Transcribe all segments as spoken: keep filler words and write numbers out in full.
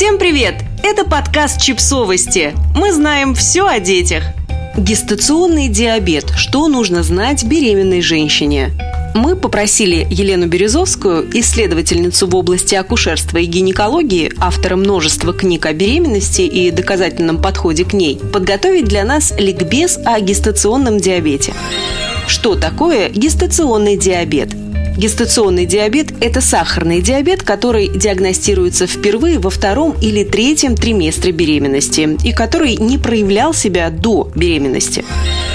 Всем привет! Это подкаст «Чипсовости». Мы знаем все о детях. Гестационный диабет. Что нужно знать беременной женщине? Мы попросили Елену Березовскую, исследовательницу в области акушерства и гинекологии, автора множества книг о беременности и доказательном подходе к ней, подготовить для нас ликбез о гестационном диабете. Что такое гестационный диабет? Гестационный диабет – это сахарный диабет, который диагностируется впервые во втором или третьем триместре беременности и который не проявлял себя до беременности.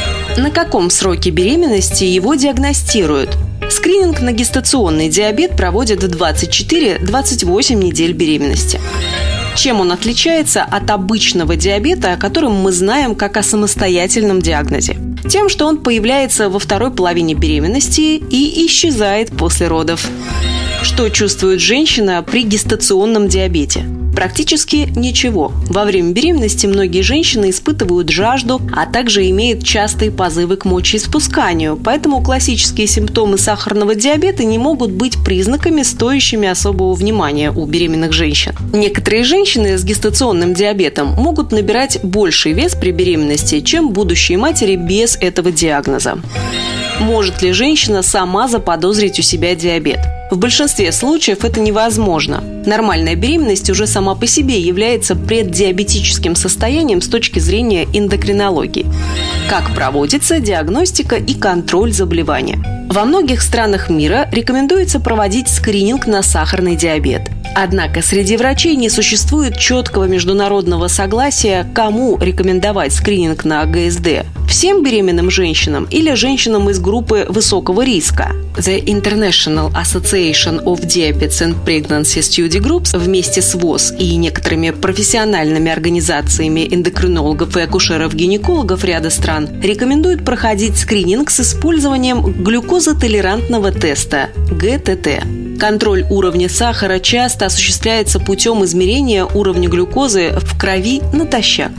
На каком сроке беременности его диагностируют? Скрининг на гестационный диабет проводят в двадцать четыре - двадцать восемь недель беременности. Чем он отличается от обычного диабета, о котором мы знаем как о самостоятельном диагнозе? Тем, что он появляется во второй половине беременности и исчезает после родов. Что чувствует женщина при гестационном диабете? Практически ничего. Во время беременности многие женщины испытывают жажду, а также имеют частые позывы к мочеиспусканию, поэтому классические симптомы сахарного диабета не могут быть признаками, стоящими особого внимания у беременных женщин. Некоторые женщины с гестационным диабетом могут набирать больший вес при беременности, чем будущие матери без этого диагноза. Может ли женщина сама заподозрить у себя диабет? В большинстве случаев это невозможно. Нормальная беременность уже сама по себе является преддиабетическим состоянием с точки зрения эндокринологии. Как проводится диагностика и контроль заболевания? Во многих странах мира рекомендуется проводить скрининг на сахарный диабет. Однако среди врачей не существует четкого международного согласия, кому рекомендовать скрининг на ГСД – всем беременным женщинам или женщинам из группы высокого риска. The International Association of Diabetes and Pregnancy Study Groups вместе с ВОЗ и некоторыми профессиональными организациями эндокринологов и акушеров-гинекологов ряда стран рекомендуют проходить скрининг с использованием глюкозотолерантного теста – гэ тэ тэ. Контроль уровня сахара часто осуществляется путем измерения уровня глюкозы в крови натощак.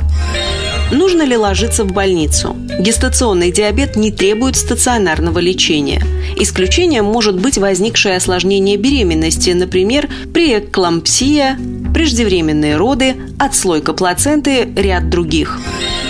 Нужно ли ложиться в больницу? Гестационный диабет не требует стационарного лечения. Исключением может быть возникшее осложнение беременности, например, преэклампсия, преждевременные роды, отслойка плаценты, ряд других.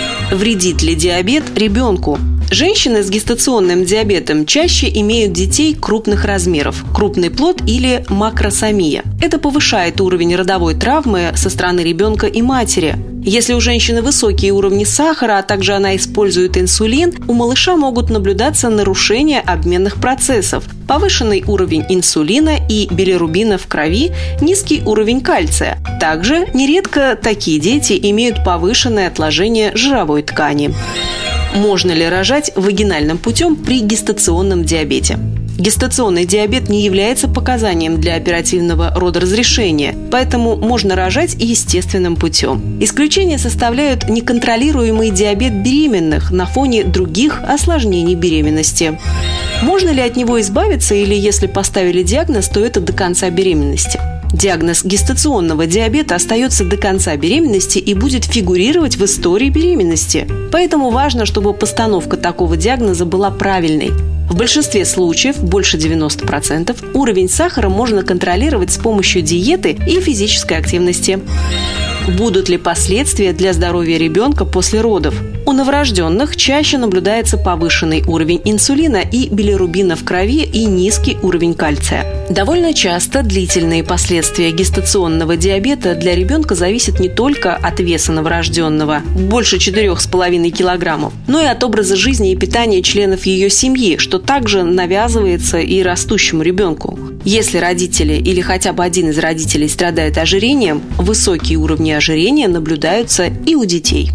Вредит ли диабет ребенку? Женщины с гестационным диабетом чаще имеют детей крупных размеров, крупный плод или макросомия. Это повышает уровень родовой травмы со стороны ребенка и матери. Если у женщины высокие уровни сахара, а также она использует инсулин, у малыша могут наблюдаться нарушения обменных процессов, повышенный уровень инсулина и билирубина в крови, низкий уровень кальция. Также нередко такие дети имеют повышенное отложение жировой ткани. Можно ли рожать вагинальным путем при гестационном диабете? Гестационный диабет не является показанием для оперативного родоразрешения, поэтому можно рожать естественным путем. Исключение составляют неконтролируемый диабет беременных на фоне других осложнений беременности. Можно ли от него избавиться или, если поставили диагноз, то это до конца беременности? Диагноз гестационного диабета остается до конца беременности и будет фигурировать в истории беременности. Поэтому важно, чтобы постановка такого диагноза была правильной. В большинстве случаев, больше девяноста процентов, уровень сахара можно контролировать с помощью диеты и физической активности. Будут ли последствия для здоровья ребенка после родов? У новорожденных чаще наблюдается повышенный уровень инсулина и билирубина в крови и низкий уровень кальция. Довольно часто длительные последствия гестационного диабета для ребенка зависят не только от веса новорожденного – больше четырёх с половиной килограммов, но и от образа жизни и питания членов ее семьи, что также навязывается и растущему ребенку. Если родители или хотя бы один из родителей страдает ожирением, высокие уровни ожирения наблюдаются и у детей.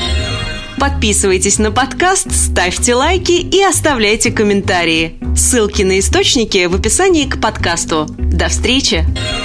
Подписывайтесь на подкаст, ставьте лайки и оставляйте комментарии. Ссылки на источники в описании к подкасту. До встречи!